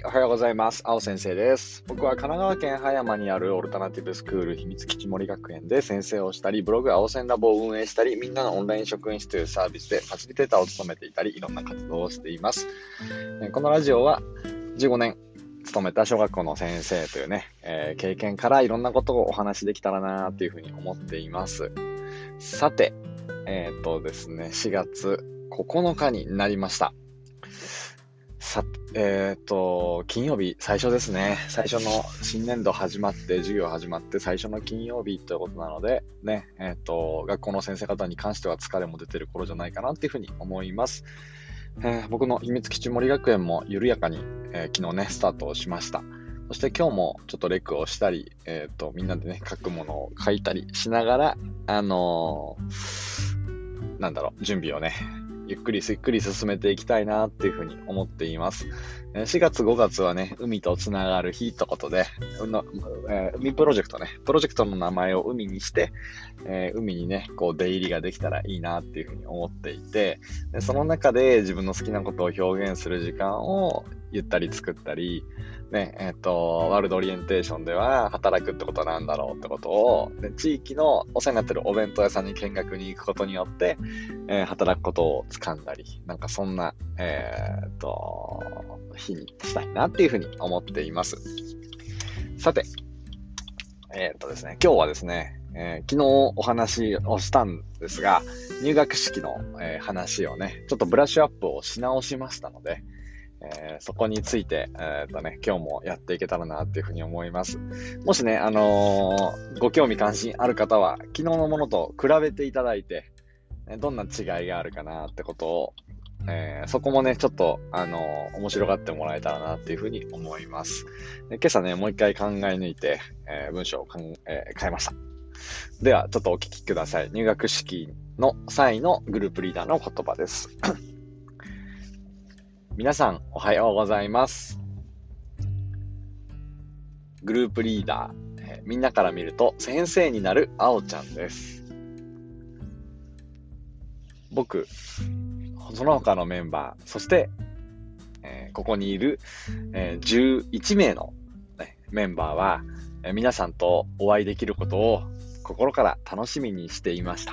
おはようございます。青先生です。僕は神奈川県葉山にあるオルタナティブスクール秘密基地森学園で先生をしたり、ブログ青線ラボを運営したり、みんなのオンライン職員室というサービスでファシリテーターを務めていたり、いろんな活動をしています。このラジオは15年勤めた小学校の先生というね、経験からいろんなことをお話しできたらなというふうに思っています。さて、ですね、4月9日になりました。金曜日最初ですね。最初の新年度始まって、授業始まって最初の金曜日ということなので、ね、学校の先生方に関しては疲れも出てる頃じゃないかなっていうふうに思います。僕の秘密基地森学園も緩やかに、昨日ね、スタートをしました。そして今日もちょっとレクをしたり、みんなでね、書くものを書いたりしながら、準備をね、ゆっくり進めていきたいなっていうふうに思っています。4月5月はね、海とつながる日ということで、海プロジェクトね、プロジェクトの名前を海にして、海にね、こう出入りができたらいいなっていうふうに思っていて、でその中で自分の好きなことを表現する時間をゆったり作ったり、ね、ワールドオリエンテーションでは働くってことは何だろうってことを、で地域のお世話になってるお弁当屋さんに見学に行くことによって、働くことを掴んだり、なんかそんな、日にしたいなっていうふうに思っています。さて、ですね、今日はですね、昨日お話をしたんですが、入学式の、話をね、ちょっとブラッシュアップをし直しましたので、そこについて、今日もやっていけたらなっていうふうに思います。もしね、ご興味関心ある方は、昨日のものと比べていただいて、どんな違いがあるかなってことを、そこもね、ちょっと、面白がってもらえたらなっていうふうに思います。で今朝ね、もう一回考え抜いて、文章を変えました。では、ちょっとお聞きください。入学式の際のグループリーダーの言葉です。皆さん、おはようございます。グループリーダー、みんなから見ると先生になるあおちゃんです。僕、その他のメンバー、そして、ここにいる、11名の、メンバーは、皆さんとお会いできることを心から楽しみにしていました。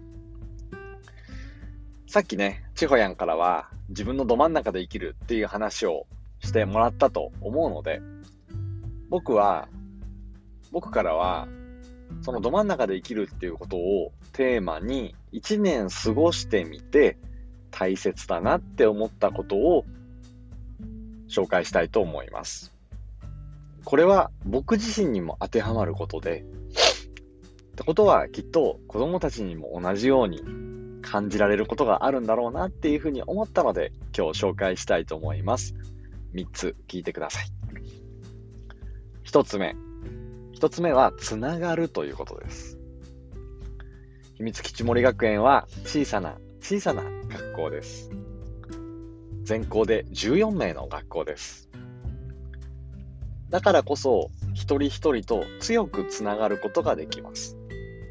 さっきね、ちほやんからは自分のど真ん中で生きるっていう話をしてもらったと思うので、僕からはそのど真ん中で生きるっていうことをテーマに1年過ごしてみて大切だなって思ったことを紹介したいと思います。これは僕自身にも当てはまることで、ってことはきっと子供たちにも同じように感じられることがあるんだろうなっていうふうに思ったので今日紹介したいと思います。3つ聞いてください。1つ目はつながるということです。秘密基地森学園は小さな学校です。全校で14名の学校です。だからこそ一人一人と強くつながることができます。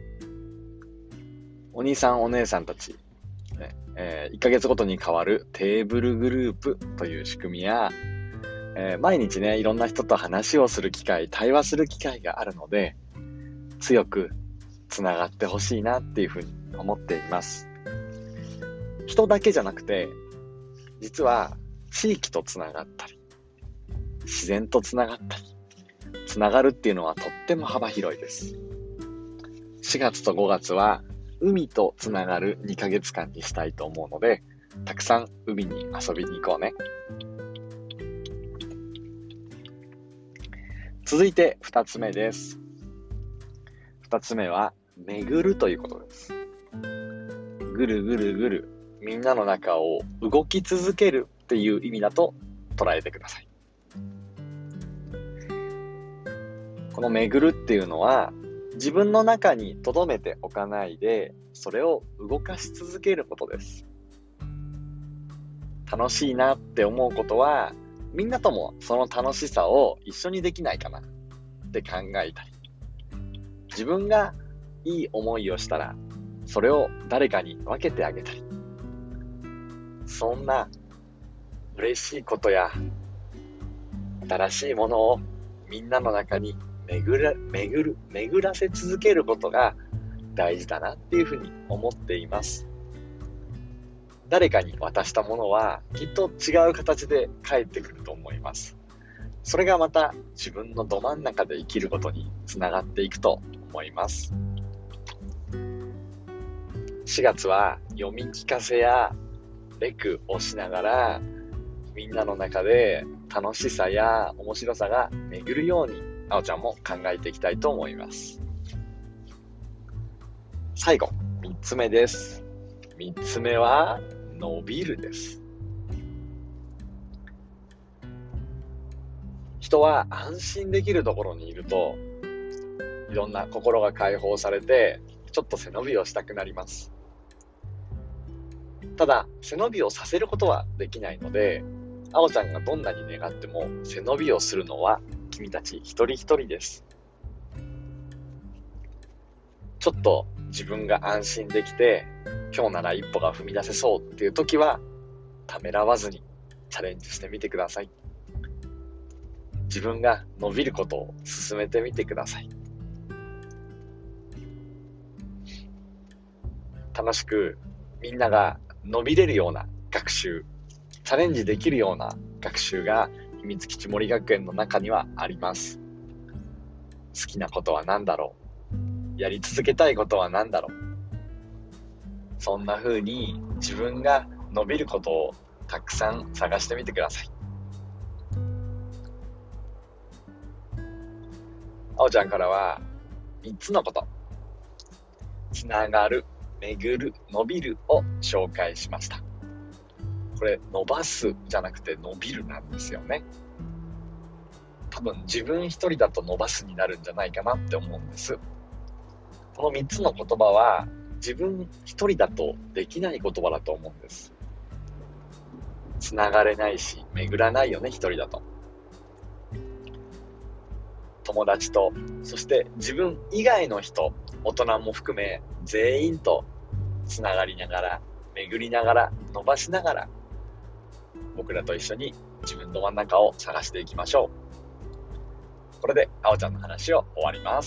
お兄さんお姉さんたち、1ヶ月ごとに変わるテーブルグループという仕組みや、毎日ね、いろんな人と話をする機会、対話する機会があるので、強くつながってほしいなっていうふうに思っています。人だけじゃなくて、実は地域とつながったり、自然とつながったり、つながるっていうのはとっても幅広いです。4月と5月は海とつながる2ヶ月間にしたいと思うので、たくさん海に遊びに行こうね。続いて2つ目です。2つ目は巡るということです。ぐるぐるぐる、みんなの中を動き続けるっていう意味だと捉えてください。この巡るっていうのは自分の中に留めておかないで、それを動かし続けることです。楽しいなって思うことは、みんなともその楽しさを一緒にできないかなって考えたり、自分がいい思いをしたら、それを誰かに分けてあげたり、そんな嬉しいことや新しいものをみんなの中に巡らせ続けることが大事だなっていうふうに思っています。誰かに渡したものはきっと違う形で返ってくると思います。それがまた自分のど真ん中で生きることにつながっていくと思います。4月は読み聞かせやレクをしながら、みんなの中で楽しさや面白さが巡るように、あおちゃんも考えていきたいと思います。最後、3つ目です。3つ目は伸びるです。人は安心できるところにいると、いろんな心が解放されて、ちょっと背伸びをしたくなります。ただ、背伸びをさせることはできないので、あおちゃんがどんなに願っても背伸びをするのは君たち一人一人です。ちょっと自分が安心できて、今日なら一歩が踏み出せそうっていう時は、ためらわずにチャレンジしてみてください。自分が伸びることを進めてみてください。楽しくみんなが伸びれるような学習、チャレンジできるような学習が秘密基地森学園の中にはあります。好きなことは何だろう、やり続けたいことは何だろう、そんな風に自分が伸びることをたくさん探してみてください。あおちゃんからは3つのこと、つながる、巡る、伸びるを紹介しました。これ伸ばすじゃなくて伸びるなんですよね。多分自分一人だと伸ばすになるんじゃないかなって思うんです。この3つの言葉は自分一人だとできない言葉だと思うんです。つながれないし巡らないよね、一人だと。友達と、そして自分以外の人、大人も含め全員とつながりながら、巡りながら、伸ばしながら、僕らと一緒に自分の真ん中を探していきましょう。これであおちゃんの話を終わります。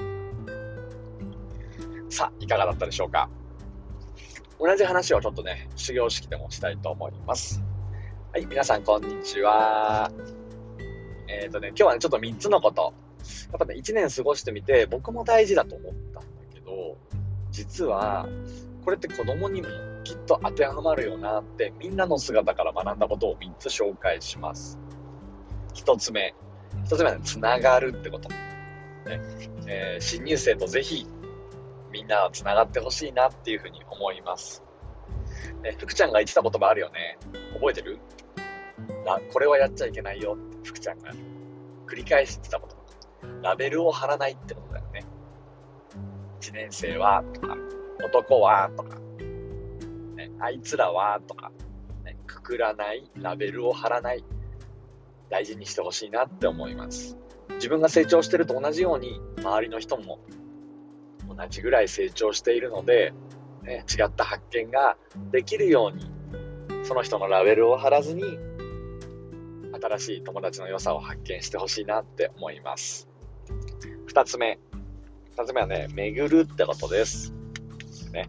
さあ、いかがだったでしょうか。同じ話をちょっとね、始業式でもしたいと思います。はい、皆さんこんにちは。今日はね、ちょっと3つのこと。やっぱね、1年過ごしてみて、僕も大事だと思ったんだけど、実は、これって子供にもきっと当てはまるよなって、みんなの姿から学んだことを3つ紹介します。1つ目はね、つながるってこと。ね新入生とぜひ、みんなはつながってほしいなっていうふうに思います。福ちゃんが言ってた言葉あるよね。覚えてる？これはやっちゃいけないよって福ちゃんが繰り返してたこと。ラベルを貼らないってことだよね。1年生はとか、男はとか、あいつらはとか、くくらない、ラベルを貼らない、大事にしてほしいなって思います。自分が成長してると同じように、周りの人も同じぐらい成長しているので、違った発見ができるように、その人のラベルを貼らずに、新しい友達の良さを発見してほしいなって思います。2つ目はね、巡るってことです。ね。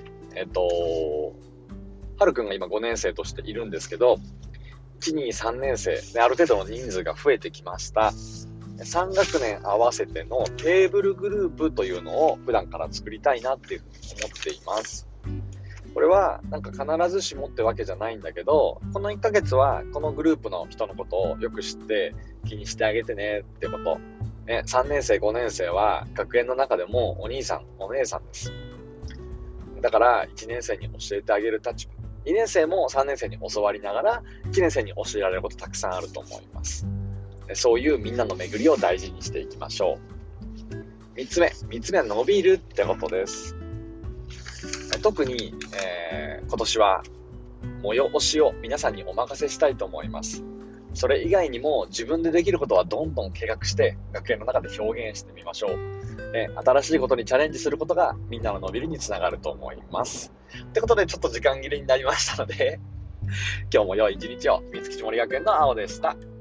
はるくんが今5年生としているんですけど、1、2、3年生である程度の人数が増えてきました。3学年合わせてのテーブルグループというのを普段から作りたいなっていうふうに思っています。これはなんか必ずしもってわけじゃないんだけど、この1ヶ月はこのグループの人のことをよく知って気にしてあげてねってこと。3年生、5年生は学園の中でもお兄さん、お姉さんです。だから1年生に教えてあげる立場。2年生も3年生に教わりながら1年生に教えられることたくさんあると思います。そういうみんなの巡りを大事にしていきましょう。3つ目は伸びるってことです。特に、今年は催しを皆さんにお任せしたいと思います。それ以外にも自分でできることはどんどん計画して学園の中で表現してみましょう。新しいことにチャレンジすることがみんなの伸びるにつながると思います。ってことでちょっと時間切れになりましたので今日も良い一日を。秘密基地森学園の青でした。